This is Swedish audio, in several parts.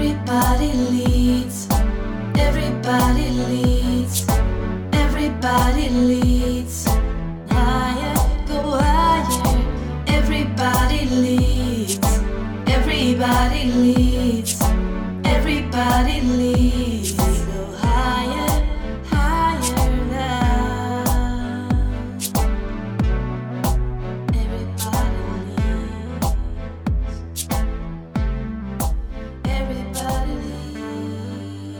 Everybody leads. Everybody leads. Everybody leads. Higher, go higher. Everybody leads. Everybody leads. Everybody leads. Go higher, higher now. Everybody leads. Everybody leads.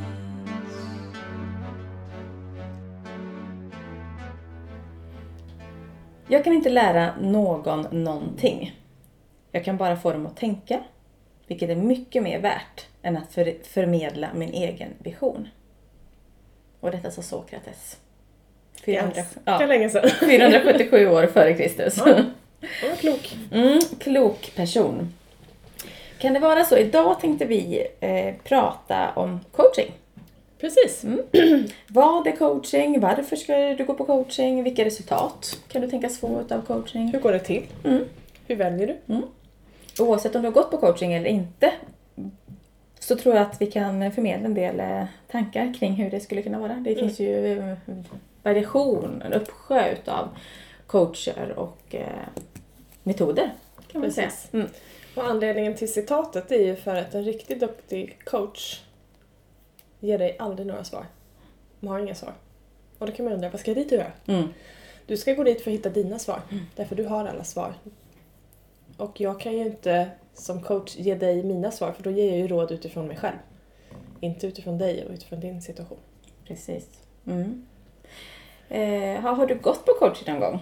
Jag kan inte lära någon någonting. Jag kan bara få dem att tänka, vilket är mycket mer värt än att förmedla min egen vision. Och detta sa Sokrates. 477 år före Kristus. Ja, klok. Klok person. Kan det vara så? Idag tänkte vi prata om coaching. Precis. Vad är coaching? Varför ska du gå på coaching? Vilka resultat kan du tänkas få av coaching? Hur går det till? Hur väljer du? Oavsett om du har gått på coaching eller inte, så tror jag att vi kan förmedla en del tankar kring hur det skulle kunna vara. Det finns ju variation, en uppsjö av coacher och metoder, kan man säga. Och anledningen till citatet är ju för att en riktigt duktig coach ger dig aldrig några svar. Man har inga svar. Och då kan man undra, vad ska jag dit och göra? Du ska gå dit för att hitta dina svar. Därför du har alla svar. Och jag kan ju inte som coach ge dig mina svar, för då ger jag ju råd utifrån mig själv. Inte utifrån dig och utifrån din situation. Precis. Har du gått på coaching någon gång?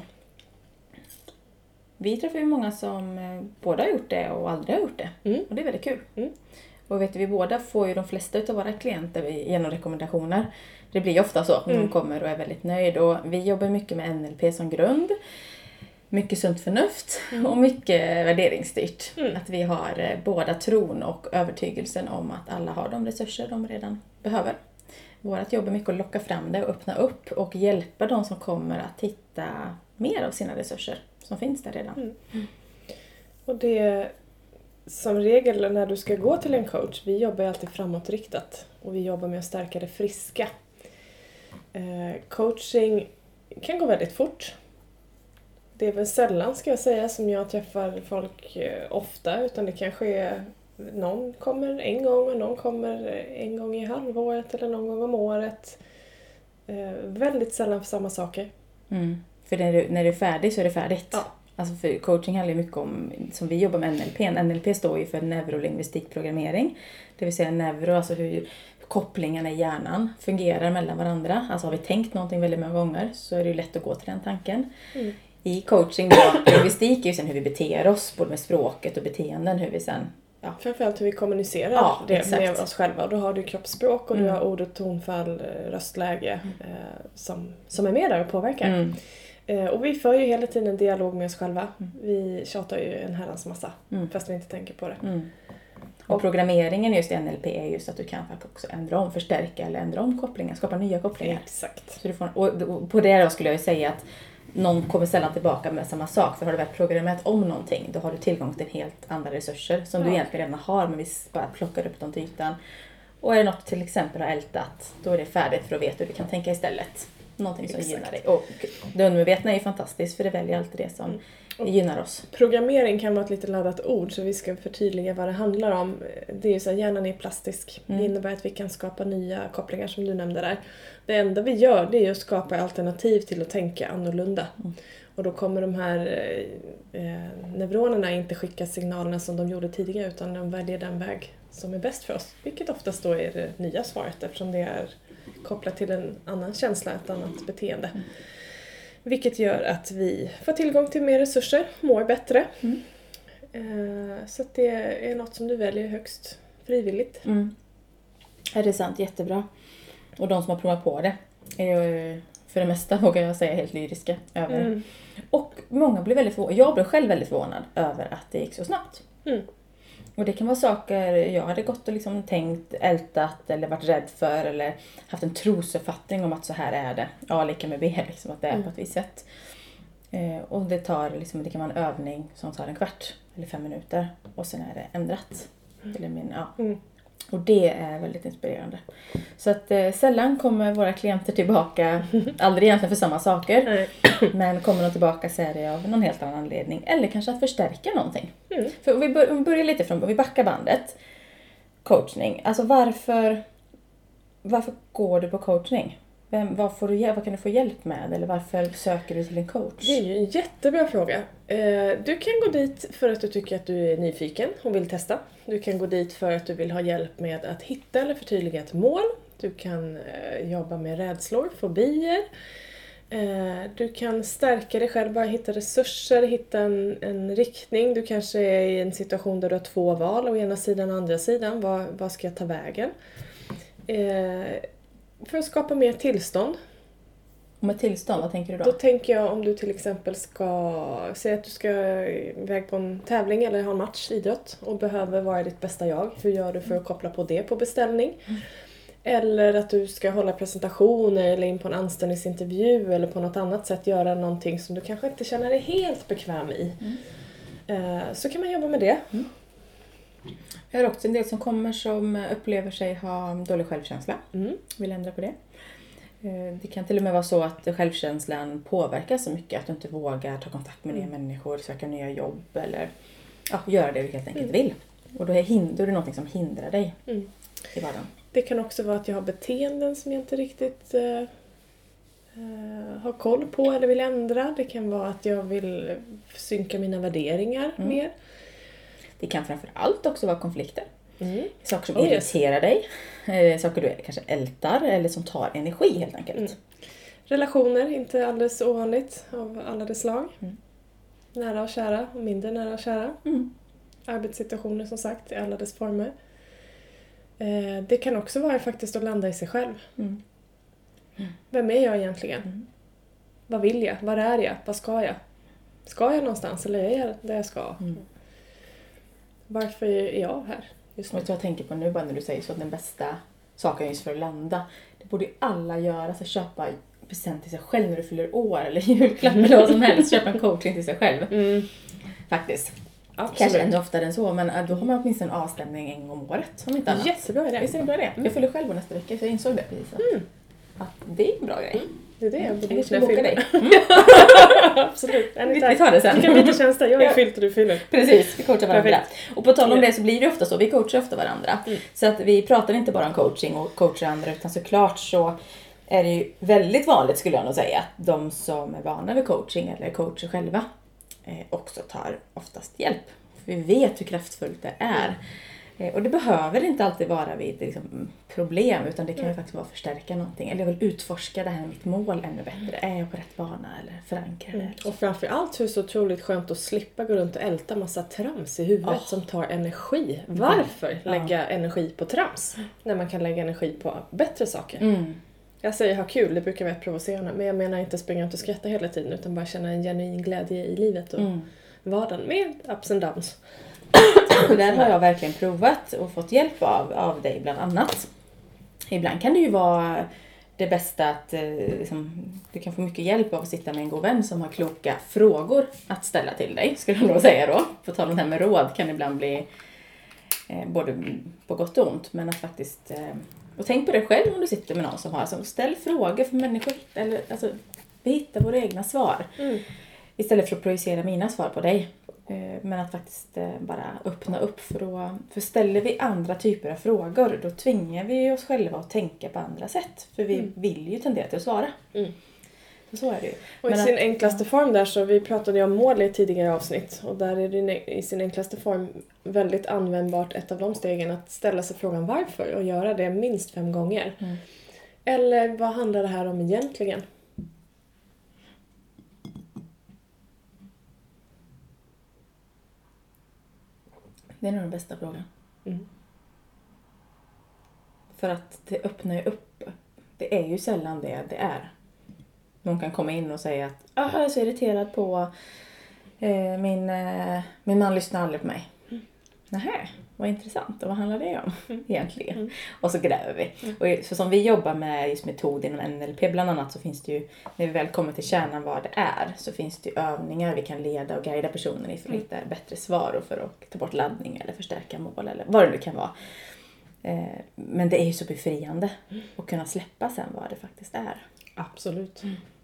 Vi träffar ju många som både har gjort det och aldrig har gjort det. Och det är väldigt kul. Och vet du, vi båda får ju de flesta av våra klienter genom rekommendationer. Det blir ju ofta så. De kommer och är väldigt nöjd. Och vi jobbar mycket med NLP som grund. Mycket sunt förnuft och mycket värderingsstyrt. Att vi har båda tron och övertygelsen om att alla har de resurser de redan behöver. Vårt jobb är mycket att locka fram det och öppna upp och hjälpa de som kommer att hitta mer av sina resurser som finns där redan. Och det som regel när du ska gå till en coach, vi jobbar ju alltid framåtriktat och vi jobbar med att stärka det friska. Coaching kan gå väldigt fort. Det är väl sällan, ska jag säga, som jag träffar folk ofta, utan det kan ske, någon kommer en gång och någon kommer en gång i halvåret eller någon gång om året. Väldigt sällan för samma saker. För när du är färdig så är det färdigt. Ja. Alltså för coaching handlar ju mycket om, som vi jobbar med NLP. NLP står ju för neurolingvistikprogrammering. Det vill säga neuro, alltså hur kopplingarna i hjärnan fungerar mellan varandra. Alltså har vi tänkt någonting väldigt många gånger så är det ju lätt att gå till den tanken. I coaching då, lingvistik är ju sen hur vi beter oss, både med språket och beteenden, hur vi sen... Ja. Framförallt hur vi kommunicerar det med oss själva. Och då har du kroppsspråk och du har ord och tonfall, röstläge som är med där och påverkar. Och vi för ju hela tiden en dialog med oss själva. Vi tjatar ju en herrans massa fast vi inte tänker på det. Och programmeringen just i NLP är just att du kan också ändra om, förstärka eller ändra om kopplingar, skapa nya kopplingar. Exakt. Så du får, och på det då skulle jag ju säga att någon kommer sällan tillbaka med samma sak. För har du väl programmerat om någonting, då har du tillgång till helt andra resurser som du egentligen redan har, men vi bara plockar upp dem till ytan. Och är det något till exempel har ältat, då är det färdigt för att veta hur du kan tänka istället. Någonting som gynnar dig. Och det undermedvetna är ju fantastiskt, för det väljer alltid det som gynnar oss. Programmering kan vara ett lite laddat ord, så vi ska förtydliga vad det handlar om. Det är ju så att hjärnan är plastisk. Det innebär att vi kan skapa nya kopplingar som du nämnde där. Det enda vi gör, det är att skapa alternativ till att tänka annorlunda. Och då kommer de här neuronerna inte skicka signalerna som de gjorde tidigare, utan de väljer den väg som är bäst för oss. Vilket oftast då är det nya svaret, eftersom det är kopplat till en annan känsla, ett annat beteende. Vilket gör att vi får tillgång till mer resurser, mår bättre. Så att det är något som du väljer högst frivilligt. Är det sant? Jättebra. Och de som har provat på det är ju för det mesta, vågar jag säga, helt lyriska över. Och många blir väldigt förvånade. Jag blev själv väldigt förvånad över att det gick så snabbt. Och det kan vara saker jag hade gått och liksom tänkt, ältat eller varit rädd för, eller haft en trosuppfattning om att så här är det. A lika med B, liksom, att det är på ett visst sätt. Och det tar liksom, det kan vara en övning som tar en kvart eller 5 minuter och sen är det ändrat. Eller Och det är väldigt inspirerande. Så att sällan kommer våra klienter tillbaka, aldrig egentligen för samma saker. Nej. Men kommer de tillbaka så är det av någon helt annan anledning. Eller kanske att förstärka någonting. För vi börjar lite från, vi backar bandet. Coachning. Alltså varför går du på coachning? Vad kan du få hjälp med? Eller varför söker du till en coach? Det är ju en jättebra fråga. Du kan gå dit för att du tycker att du är nyfiken och vill testa. Du kan gå dit för att du vill ha hjälp med att hitta eller förtydliga ett mål. Du kan jobba med rädslor, fobier. Du kan stärka dig själv, bara hitta resurser, hitta en riktning. Du kanske är i en situation där du har 2 val, å ena sidan och andra sidan. Vad ska jag ta vägen? För att skapa mer tillstånd. Och med tillstånd, vad tänker du då? Då tänker jag om du till exempel säga att du ska iväg på en tävling eller ha en match, idrott, och behöver vara ditt bästa jag. Hur gör du för att koppla på det på beställning? Eller att du ska hålla presentationer eller in på en anställningsintervju eller på något annat sätt göra någonting som du kanske inte känner dig helt bekväm i. Så kan man jobba med det. Jag har också en del som kommer som upplever sig ha dålig självkänsla. Vill ändra på det. Det kan till och med vara så att självkänslan påverkar så mycket att du inte vågar ta kontakt med nya människor, söka nya jobb eller göra det du helt enkelt vill. Och då är det någonting som hindrar dig i vardagen. Det kan också vara att jag har beteenden som jag inte riktigt har koll på eller vill ändra. Det kan vara att jag vill synka mina värderingar mer. Det kan framförallt också vara konflikter. Saker som irriterar dig. Saker du kanske ältar eller som tar energi helt enkelt. Relationer, inte alldeles ovanligt av alla dess slag. Nära och kära och mindre nära och kära. Arbetssituationer som sagt i alla dess former. Det kan också vara faktiskt att landa i sig själv. Vem är jag egentligen? Vad vill jag? Var är jag? Vad ska jag? Ska jag någonstans eller är jag där jag ska? Varför är jag här just nu? Jag tänker på nu bara när du säger så att den bästa saken just för att landa. Det borde ju alla göra. Så köpa present till sig själv när du fyller år eller julklapp eller vad som helst. Köpa en coaching till sig själv. Faktiskt. Absolut. Kanske ännu oftare än så, men då har man åtminstone en avstämning en gång om året. Som inte annat. Jättebra idé. Visst är det bra det? Jag fyller själv nästa vecka så jag insåg det precis. Att det är en bra grej. Det är det jag borde Jag boka dig. Absolut. Vi tar det sen. Vi kan byta tjänster. Jag är fyllt och du fyller. Precis, vi coachar varandra. Och på tal om det så blir det ofta så. Vi coachar ofta varandra. Så att vi pratar inte bara om coaching och coachar andra, utan såklart så är det ju väldigt vanligt skulle jag nog säga att de som är vana vid coaching eller coacher själva också tar oftast hjälp. För vi vet hur kraftfullt det är. Och det behöver inte alltid vara vid problem, utan det kan ju faktiskt vara att förstärka någonting. Eller jag vill utforska det här med mitt mål ännu bättre. Är jag på rätt bana eller förankra det? Och framförallt hur så otroligt skönt att slippa gå runt och älta massa trams i huvudet som tar energi. Varför lägga energi på trams när man kan lägga energi på bättre saker? Jag säger ha kul, det brukar vara provocerande. Men jag menar inte springa ut och skratta hela tiden, utan bara känna en genuin glädje i livet och vardagen med ups and downs. Det där har jag verkligen provat och fått hjälp av dig bland annat. Ibland kan det ju vara det bästa att du kan få mycket hjälp av att sitta med en god vän som har kloka frågor att ställa till dig, skulle jag nog säga då. På tal om det här med råd kan det ibland bli både på gott och ont, men att faktiskt och tänk på det själv om du sitter med någon som har ställ frågor för människor, eller vi hittar våra egna svar istället för att projicera mina svar på dig. Men att faktiskt bara öppna upp för ställer vi andra typer av frågor, då tvingar vi oss själva att tänka på andra sätt. För vi vill ju tendera till att svara. Så är det ju. Och i sin enklaste form där, så vi pratade ju om mål i ett tidigare avsnitt. Och där är det i sin enklaste form väldigt användbart ett av de stegen att ställa sig frågan varför och göra det minst 5 gånger. Eller vad handlar det här om egentligen? Det är nog den bästa frågan. För att det öppnar ju upp. Det är ju sällan det är. Någon kan komma in och säga att jag är så irriterad på min man lyssnar aldrig på mig. Nähä, vad intressant. Och vad handlar det om egentligen? Och så gräver vi. Och så som vi jobbar med just metod inom NLP bland annat, så finns det ju, när vi väl kommer till kärnan vad det är, så finns det ju övningar vi kan leda och guida personen i för att hitta bättre svar och för att ta bort laddning eller förstärka mål eller vad det nu kan vara. Men det är ju så befriande att kunna släppa sen vad det faktiskt är. Absolut.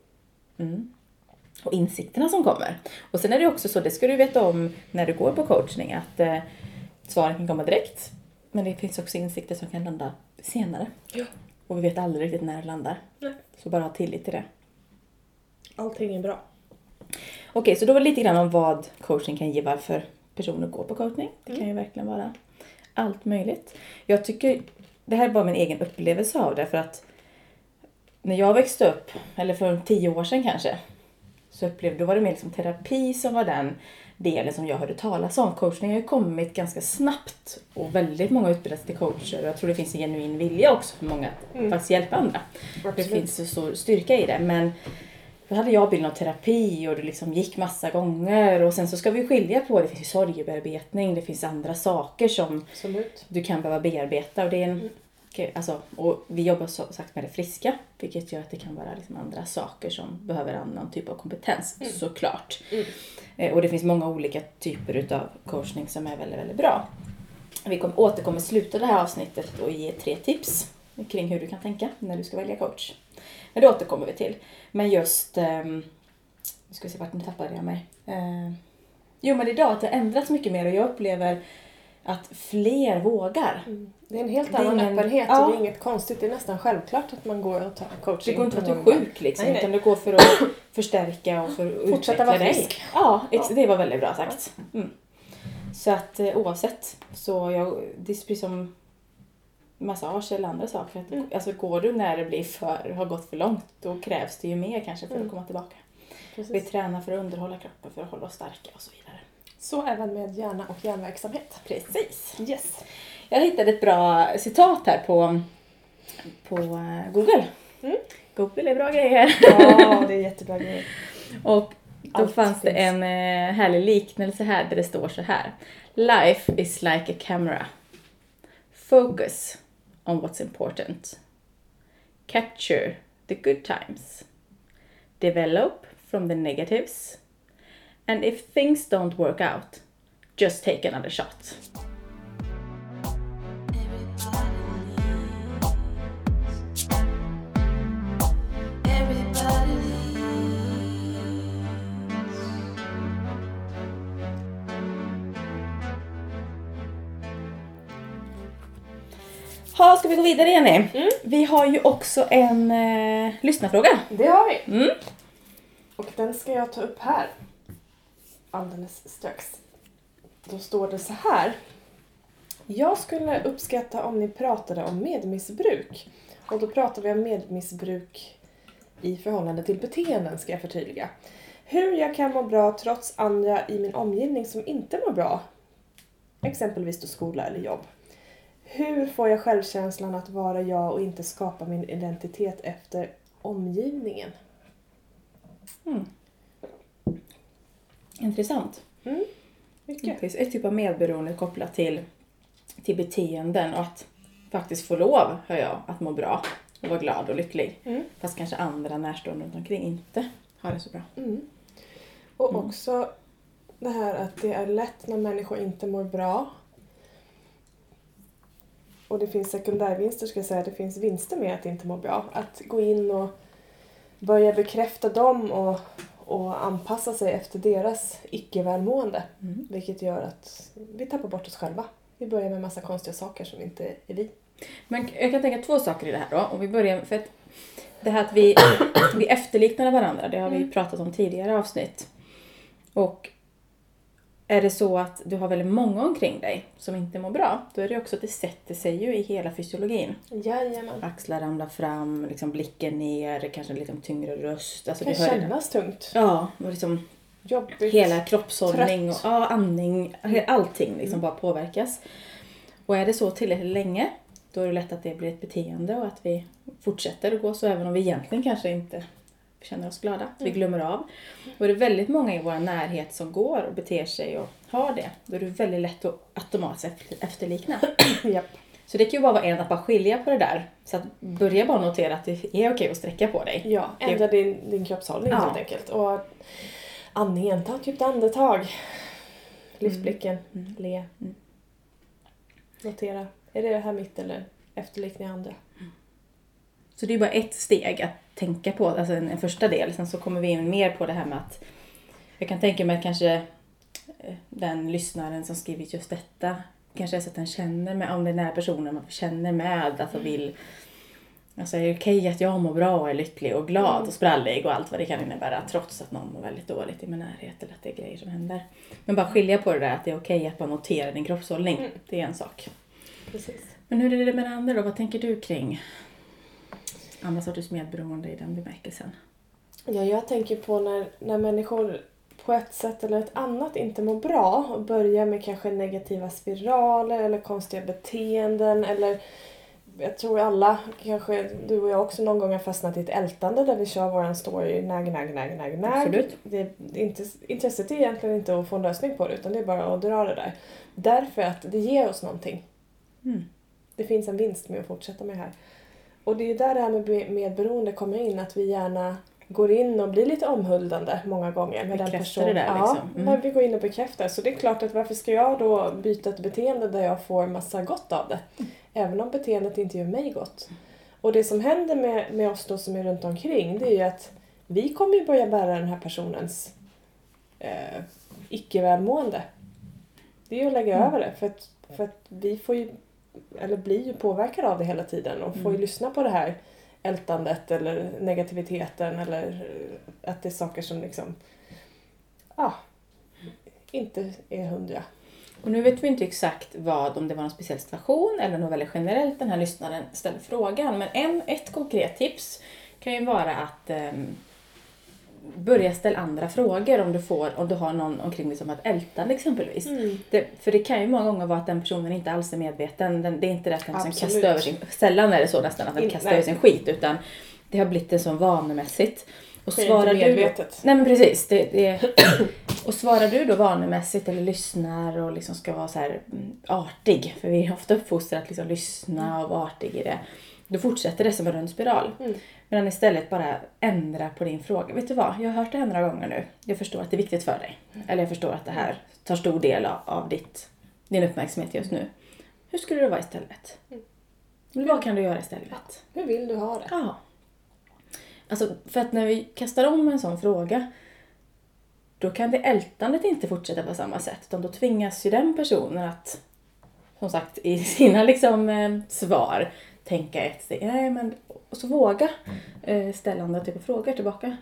Och insikterna som kommer. Och sen är det också så, det ska du veta om när du går på coachning, att svaren kan komma direkt. Men det finns också insikter som kan landa senare. Ja. Och vi vet aldrig riktigt när det landar. Nej. Så bara ha tillit till det. Allting är bra. Okej, så då var det lite grann om vad coaching kan ge, varför personer går på coachning. Det kan ju verkligen vara allt möjligt. Jag tycker, det här är bara min egen upplevelse av det, för att när jag växte upp, eller för 10 år sedan kanske, så då var det mer liksom terapi som var den delen som jag hörde talas om. Coachning har ju kommit ganska snabbt och väldigt många utbildas till coacher. Och jag tror det finns en genuin vilja också för många att faktiskt hjälpa andra. Absolut. Det finns så stor styrka i det, men då hade jag bilden av terapi och det liksom gick massa gånger. Och sen så ska vi skilja på, det finns ju sorgebearbetning, det finns andra saker som Absolut. du kan behöva bearbeta. Och det är en, alltså, och vi jobbar så sagt med det friska, vilket gör att det kan vara liksom andra saker som behöver annan typ av kompetens, såklart. Och det finns många olika typer utav coachning som är väldigt, väldigt bra. Vi återkommer sluta det här avsnittet och ge 3 tips kring hur du kan tänka när du ska välja coach. Men det återkommer vi till. Men just, nu ska vi se vart nu tappade jag mig. Jo, men idag att det har ändrats mycket mer och jag upplever att fler vågar. Det är en helt Det är annan ingen- öppenhet ja. och det är inget konstigt. Det är nästan självklart att man går och tar coaching. Det går inte för att du är sjuk liksom, Nej. utan det går för att förstärka och för att Fortsätta utveckla vara dig. frisk. Ja, det var väldigt bra sagt. Så att oavsett, så det är precis som massage eller andra saker. Att, alltså går du när det har gått för långt, då krävs det ju mer kanske för att komma tillbaka. Precis. Vi tränar för att underhålla kroppen, för att hålla oss starka och så vidare. Så även med hjärna och hjärnverksamhet. Precis. Yes. Jag hittade ett bra citat här på Google. Google är bra grejer. Ja, det är jättebra grejer. Och då Allt fanns det finns. en härlig liknelse här där det står så här. Life is like a camera. Focus on what's important. Capture the good times. Develop from the negatives. And if things don't work out, just take another shot. Everybody leaves. Ha, ska vi gå vidare, Jenny? Vi har ju också en lyssnarfråga. Det har vi. Och den ska jag ta upp här. Alldeles strax. Då står det så här. Jag skulle uppskatta om ni pratade om medmissbruk. Och då pratar vi om medmissbruk i förhållande till beteenden, ska jag förtydliga. Hur jag kan må bra trots andra i min omgivning som inte mår bra. Exempelvis då skola eller jobb. Hur får jag självkänslan att vara jag och inte skapa min identitet efter omgivningen? Intressant. Mycket. Det finns ett typ av medberoende kopplat till beteenden och att faktiskt få lov, hör jag, att må bra och vara glad och lycklig. Fast kanske andra närstående runt omkring inte har det så bra. Och också det här att det är lätt när människor inte mår bra. Och det finns sekundärvinster, ska jag säga. Det finns vinster med att inte må bra. Att gå in och börja bekräfta dem och anpassa sig efter deras icke-välmående. Vilket gör att vi tappar bort oss själva. Vi börjar med en massa konstiga saker som inte är vi. Men jag kan tänka 2 saker i det här då. Och vi börjar för att det här att vi efterliknar varandra, det har vi pratat om tidigare avsnitt. Och är det så att du har väldigt många omkring dig som inte mår bra, då är det också att det sätter sig ju i hela fysiologin. Jajamän. Axlar ramlar fram, liksom blicken ner, kanske en lite tyngre röst. Alltså, Det kan kännas tungt. Ja, och liksom Jobbigt. hela kroppshållning och Trött. andning, allting liksom bara påverkas. Och är det så tillräckligt länge, då är det lätt att det blir ett beteende och att vi fortsätter att gå så även om vi egentligen kanske inte känner oss glada. Att vi glömmer av. Och det är väldigt många i vår närhet som går och beter sig och har det. Då är det väldigt lätt att automatiskt efterlikna. Japp. Så det kan ju bara vara att bara skilja på det där. Så att börja bara notera att det är okej att sträcka på dig. Ja, ändra din kroppshållning Ja. helt enkelt. Och andningen, ta ett djupt andetag. Lyft blicken, le. Notera Är det här mitt eller efterliknar jag andra? Så det är bara ett steg att tänka på, alltså en första del. Sen så kommer vi in mer på det här med att jag kan tänka mig att kanske den lyssnaren som skrivit just detta kanske är så att den känner med, om det är den här personen man känner med, alltså vill, alltså är det okej att jag mår bra och är lycklig och glad och sprallig och allt vad det kan innebära trots att någon mår väldigt dåligt i min närhet eller att det är grejer som händer. Men bara skilja på det där att det är okej att man noterar din kroppshållning, det är en sak. Precis. Men hur är det med det andra då? Vad tänker du kring andra sorters medberoende i den bemärkelsen? Ja, jag tänker på när människor på ett sätt eller ett annat inte mår bra och börjar med kanske negativa spiraler eller konstiga beteenden eller jag tror alla, kanske du och jag också någon gång har fastnat i ett ältande där vi kör våran story nag. Absolut. Intresset är egentligen inte att få en lösning på det utan det är bara att dra det där. Därför att det ger oss någonting. Det finns en vinst med att fortsätta med det här. Och det är där det här med medberoende kommer in, att vi gärna går in och blir lite omhuldande många gånger med den personen. Det där, liksom. När vi går in och bekräftar. Så det är klart att varför ska jag då byta ett beteende där jag får massa gott av det? Även om beteendet inte gör mig gott. Och det som händer med oss då som är runt omkring, det är ju att vi kommer ju börja bära den här personens icke-välmående. Det är ju att lägga över det. För att vi får ju, eller blir ju påverkade av det hela tiden och får ju lyssna på det här ältandet eller negativiteten eller att det är saker som liksom inte är 100. Och nu vet vi inte exakt om det var en speciell situation eller något väldigt generellt den här lyssnaren ställde frågan. Men ett konkret tips kan ju vara att börja ställa andra frågor om du har någon omkring dig som har ett ältande exempelvis. För det kan ju många gånger vara att den personen inte alls är medveten. Det är inte det att den liksom kastar över sin... Sällan är det så nästan att den kastar över sin skit, utan det har blivit det som vanemässigt. Och svarar medvetet. Nej men precis. Och svarar du då vanemässigt eller lyssnar och liksom ska vara så här artig, för vi är ofta uppfostrade att liksom lyssna och vara artig i det. Då fortsätter det som en rund spiral. Men istället bara ändra på din fråga. Vet du vad? Jag har hört det här några gånger nu. Jag förstår att det är viktigt för dig. Eller jag förstår att det här tar stor del av din uppmärksamhet just nu. Hur skulle det vara istället? Vad kan du göra istället? Hur vill du ha det? Ja. Alltså, för att när vi kastar om en sån fråga, då kan det ältandet inte fortsätta på samma sätt. Utan då tvingas ju den personen att, som sagt, i sina liksom, svar tänka ett steg. Och så våga ställa andra typer av frågor tillbaka.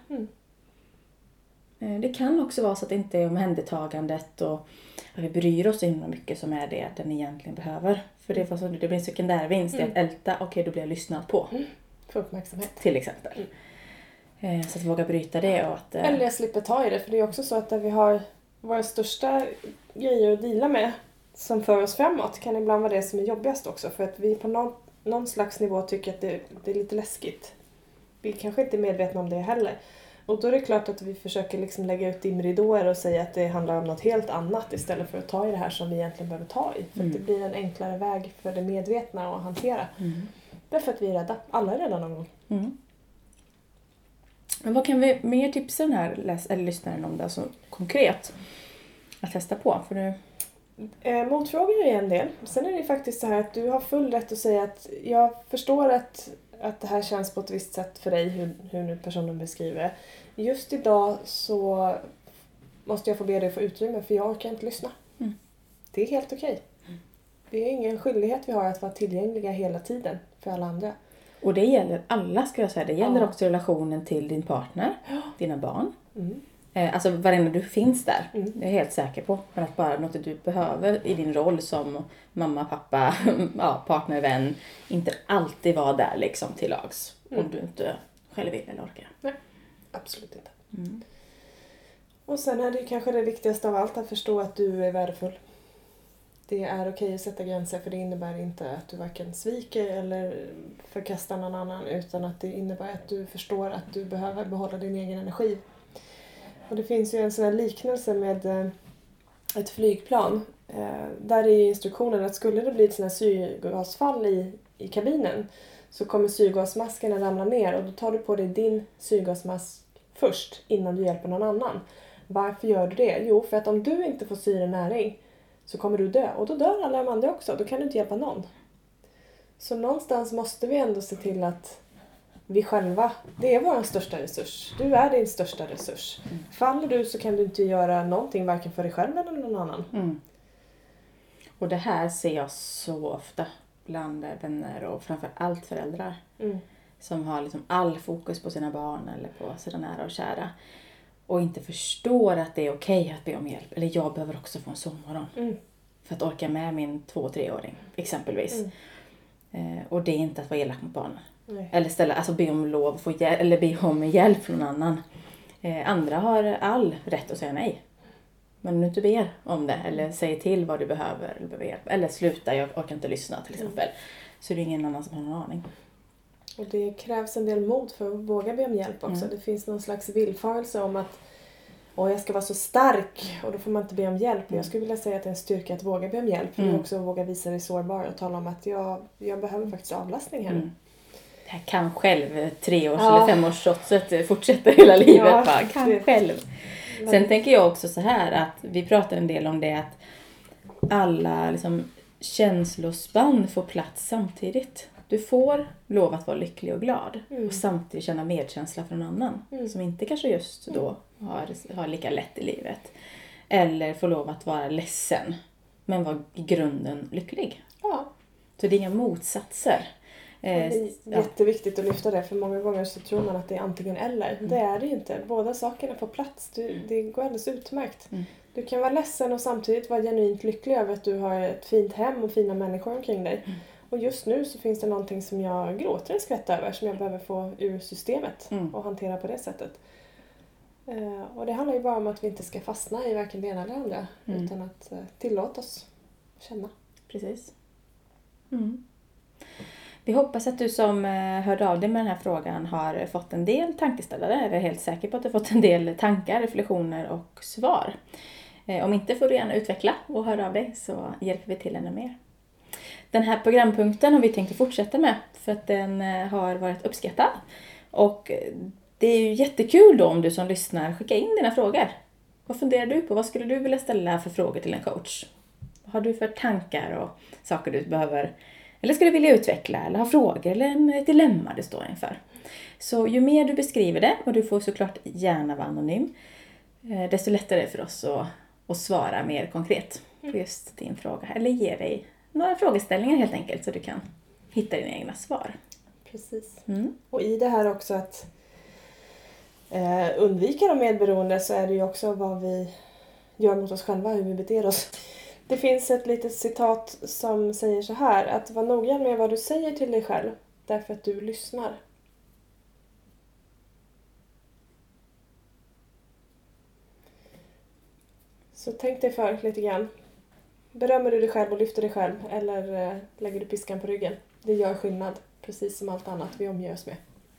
Det kan också vara så att det inte är omhändertagandet och att vi bryr oss in mycket som är det den egentligen behöver. För det blir en sekundärvinst i att älta. Okej, då blir jag lyssnad på. För uppmärksamhet. Till exempel. Så att våga bryta det. Och att, eller jag slipper ta i det. För det är också så att där vi har våra största grejer att dela med som för oss framåt kan ibland vara det som är jobbigast också. För att vi på någon slags nivå tycker att det är lite läskigt. Vi kanske inte är medvetna om det heller. Och då är det klart att vi försöker liksom lägga ut dimridåer och säga att det handlar om något helt annat istället för att ta i det här som vi egentligen behöver ta i. För att det blir en enklare väg för det medvetna att hantera. Därför att vi är rädda. Alla är rädda någon gång. Men vad kan vi mer tipsa den här lyssnaren om det så konkret att testa på? För nu... Motfrågor är en del. Sen är det faktiskt så här att du har full rätt att säga att jag förstår att det här känns på ett visst sätt för dig, hur nu personen beskriver. Just idag så måste jag få be dig få utrymme för jag orkar inte lyssna. Det är helt okej. Det är ingen skyldighet vi har att vara tillgängliga hela tiden för alla andra. Och det gäller alla, ska jag säga. Det gäller också relationen till din partner, dina barn. Alltså varenda du finns där. Jag är helt säker på. Men att bara något du behöver i din roll som mamma, pappa, partner, vän. Inte alltid vara där liksom till lags. Om du inte själv vill eller orkar. Nej, absolut inte. Och sen är det kanske det viktigaste av allt att förstå att du är värdefull. Det är okej att sätta gränser, för det innebär inte att du varken sviker eller förkastar någon annan, utan att det innebär att du förstår att du behöver behålla din egen energi. Och det finns ju en sån här liknelse med ett flygplan. Där är instruktionen att skulle det bli ett sån här syrgasfall i kabinen så kommer syrgasmasken att ramla ner och då tar du på dig din syrgasmask först innan du hjälper någon annan. Varför gör du det? Jo, för att om du inte får syre näring så kommer du dö. Och då dör alla de andra också. Då kan du inte hjälpa någon. Så någonstans måste vi ändå se till att vi själva, det är vår största resurs. Du är din största resurs. Faller du så kan du inte göra någonting varken för dig själv eller någon annan. Och det här ser jag så ofta bland vänner och framförallt föräldrar. Som har liksom all fokus på sina barn eller på sina nära och kära. Och inte förstår att det är okej att be om hjälp. Eller jag behöver också få en sovmorgon. För att orka med min 2-3-åring exempelvis. Och det är inte att vara elak mot barnen. Nej. Eller be om lov eller be om hjälp från någon annan. Andra har all rätt att säga nej. Men om du inte ber om det eller säger till vad du behöver eller behöver hjälp. Eller sluta, jag orkar inte lyssna till exempel. Så är det ingen annan som har någon aning. Och det krävs en del mod för att våga be om hjälp också. Det finns någon slags villfarelse om att jag ska vara så stark och då får man inte be om hjälp. Jag skulle vilja säga att det är en styrka att våga be om hjälp. För att också våga visa dig sårbar och tala om att jag behöver faktiskt avlastning här nu. Det här kan själv 3-års eller 5-årsshotset fortsätter hela livet. Ja, kan själv. Sen tänker jag också så här att vi pratar en del om det att alla liksom, känslospann får plats samtidigt. Du får lov att vara lycklig och glad och samtidigt känna medkänsla för någon annan som inte kanske just då har lika lätt i livet. Eller får lov att vara ledsen men vara i grunden lycklig. Ja. Så det är inga motsatser. Det är jätteviktigt att lyfta det, för många gånger så tror man att det är antingen eller. Det är det ju inte. Båda sakerna får plats. Det går alldeles utmärkt. Du kan vara ledsen och samtidigt vara genuint lycklig över att du har ett fint hem och fina människor omkring dig. Och just nu så finns det någonting som jag gråter en skvätt över, som jag behöver få ur systemet och hantera på det sättet. Och det handlar ju bara om att vi inte ska fastna i varken det ena eller det andra, utan att tillåta oss känna. Precis. Vi hoppas att du som hörde av dig med den här frågan har fått en del tankeställare. Eller är helt säker på att du har fått en del tankar, reflektioner och svar. Om inte får du gärna utveckla och höra av dig, så hjälper vi till ännu mer. Den här programpunkten har vi tänkt att fortsätta med för att den har varit uppskattad. Och det är ju jättekul då om du som lyssnar skickar in dina frågor. Vad funderar du på? Vad skulle du vilja ställa för frågor till en coach? Vad har du för tankar och saker du behöver eller skulle vilja utveckla eller ha frågor eller ett dilemma du står inför? Så ju mer du beskriver det, och du får såklart gärna vara anonym, desto lättare är det för oss att svara mer konkret på just din fråga. Eller ge dig några frågeställningar helt enkelt så du kan hitta dina egna svar. Precis. Och i det här också att undvika de medberoende, så är det ju också vad vi gör mot oss själva, hur vi beter oss. Det finns ett litet citat som säger så här, att vara noggrann med vad du säger till dig själv därför att du lyssnar. Så tänk dig för lite grann. Berömmer du dig själv och lyfter dig själv, eller lägger du piskan på ryggen? Det gör skillnad, precis som allt annat vi omger oss med.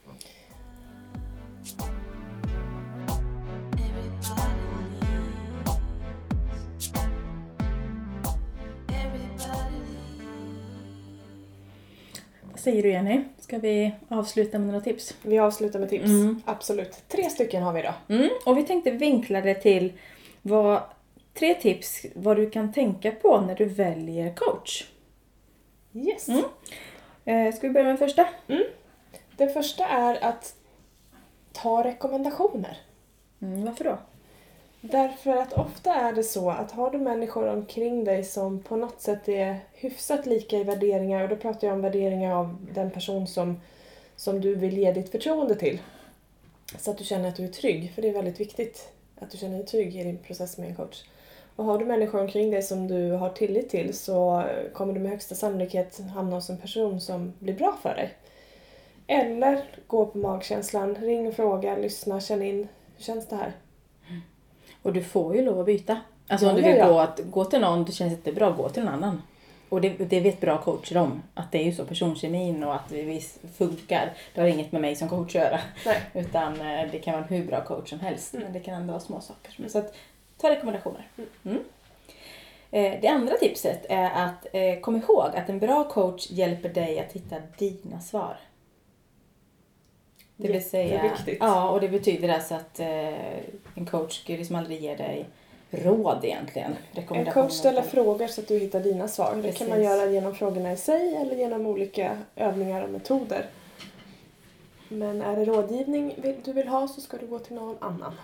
Vad säger du, Jenny? Ska vi avsluta med några tips? Vi avslutar med tips, absolut. 3 stycken har vi idag. Och vi tänkte vinkla det till 3 tips vad du kan tänka på när du väljer coach. Yes. Ska vi börja med första? Det första är att ta rekommendationer. Varför då? Därför att ofta är det så att har du människor omkring dig som på något sätt är hyfsat lika i värderingar, och då pratar jag om värderingar av den person som du vill ge ditt förtroende till. Så att du känner att du är trygg, för det är väldigt viktigt att du känner dig trygg i din process med en coach. Och har du människor omkring dig som du har tillit till, så kommer du med högsta sannolikhet hamna hos en person som blir bra för dig. Eller gå på magkänslan, ring och fråga, lyssna, känn in, hur känns det här? Och du får ju lov att byta. Alltså om du vill gå till någon, det känns inte bra, gå till en annan. Och det vet bra coacher om. Att det är ju så personkemin och att vi funkar. Det har inget med mig som coach att göra. Nej. Utan det kan vara en hur bra coach som helst. Men det kan ändå vara små saker. Så att, ta rekommendationer. Det andra tipset är att kom ihåg att en bra coach hjälper dig att hitta dina svar. Det vill säga, jätteviktigt. ja, och det betyder alltså att en coach ska liksom aldrig ge dig råd egentligen. En coach ställer frågor så att du hittar dina svar. Det kan man göra genom frågorna i sig eller genom olika övningar och metoder. Men är det rådgivning du vill ha så ska du gå till någon annan.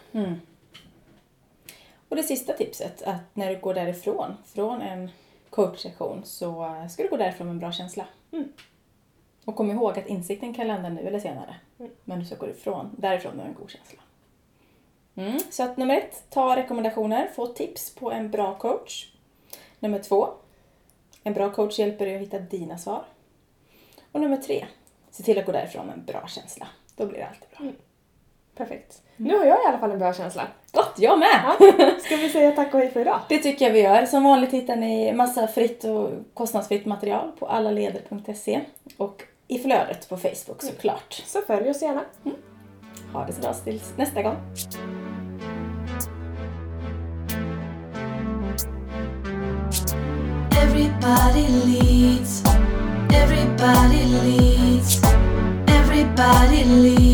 Och det sista tipset, att när du går därifrån, från en coachsession, så ska du gå därifrån med en bra känsla. Och kom ihåg att insikten kan landa nu eller senare. Men du ska gå därifrån med en god känsla. Så att nummer 1, ta rekommendationer, få tips på en bra coach. Nummer 2, en bra coach hjälper dig att hitta dina svar. Och nummer 3, se till att gå därifrån med en bra känsla. Då blir det alltid bra. Perfekt. Nu har jag i alla fall en bra känsla. Gott, jag med! Ja. Ska vi säga tack och hej för idag? Det tycker jag vi gör. Som vanligt hittar ni massa fritt och kostnadsfritt material på allaleder.se och i flödet på Facebook såklart. Så följ oss gärna. Ha det så bra tills nästa gång. Everybody leads. Everybody leads. Everybody leads.